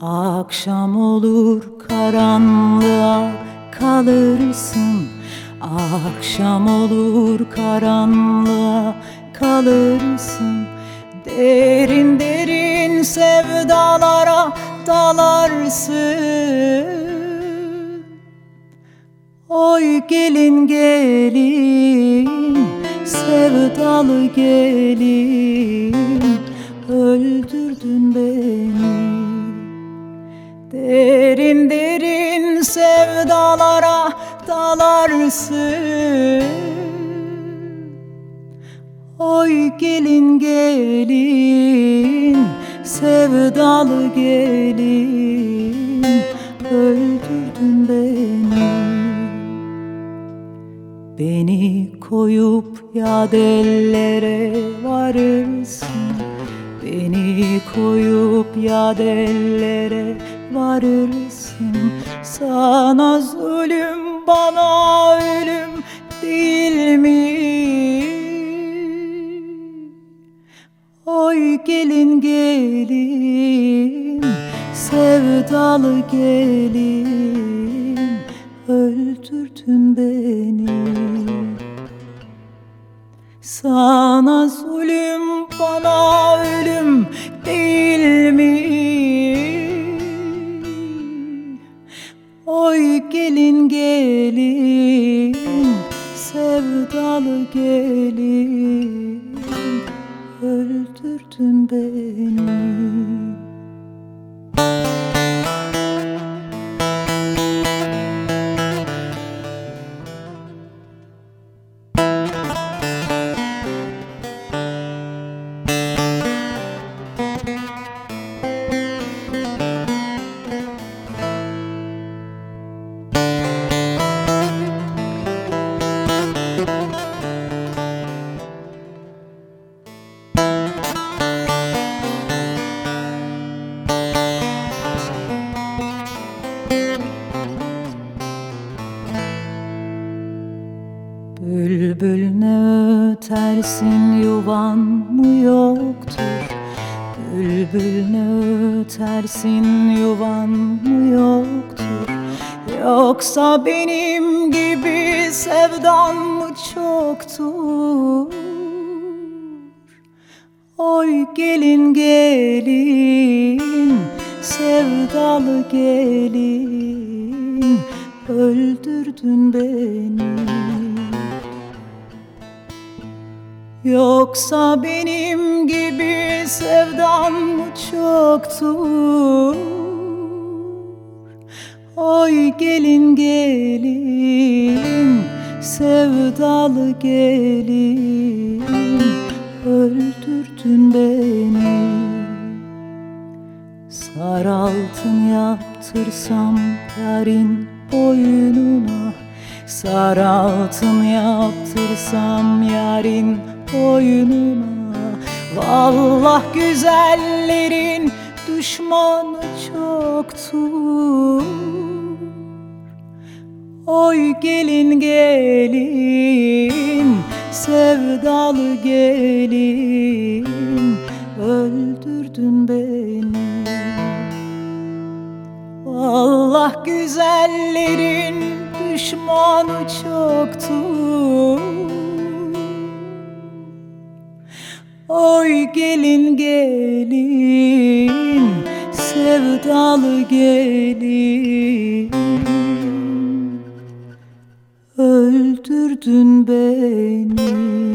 Akşam olur karanlığa kalırsın. Akşam olur karanlığa kalırsın. Derin derin sevdalara dalarsın. Oy gelin gelin, sevdalı gelin, öldürdün beni. Derin derin sevdalara dalarsın. Oy gelin gelin, sevdalı gelin, öldürdün beni. Beni koyup yad ellere varırsın. Beni koyup yad ellere varırsın. Sana zulüm, bana ölüm değil mi? Oy gelin gelin, sevdalı gelin, öldürdün beni. Sana zulüm, bana ölüm değil mi? Oy gelin gelin, sevdalı gelin, öldürdün beni. Bülbül ne ötersin, yuvan mı yoktur? Bülbül ne ötersin, yuvan mı yoktur? Yoksa benim gibi sevdan mı çoktur? Oy gelin gelin, sevdalı gelin, öldürdün beni. Yoksa benim gibi sevdan mı çoktur? Oy gelin gelin, sevdalı gelin, öldürdün beni. Sar altın yaptırsam yarın boynuna, sar altın yaptırsam yarın boynuna. Vallah güzellerin düşmanı çoktur. Oy gelin gelin, sevdalı gelin, öldürdün beni. Vallah güzellerin düşmanı çoktur. Oy gelin gelin, sevdalı gelin, öldürdün beni.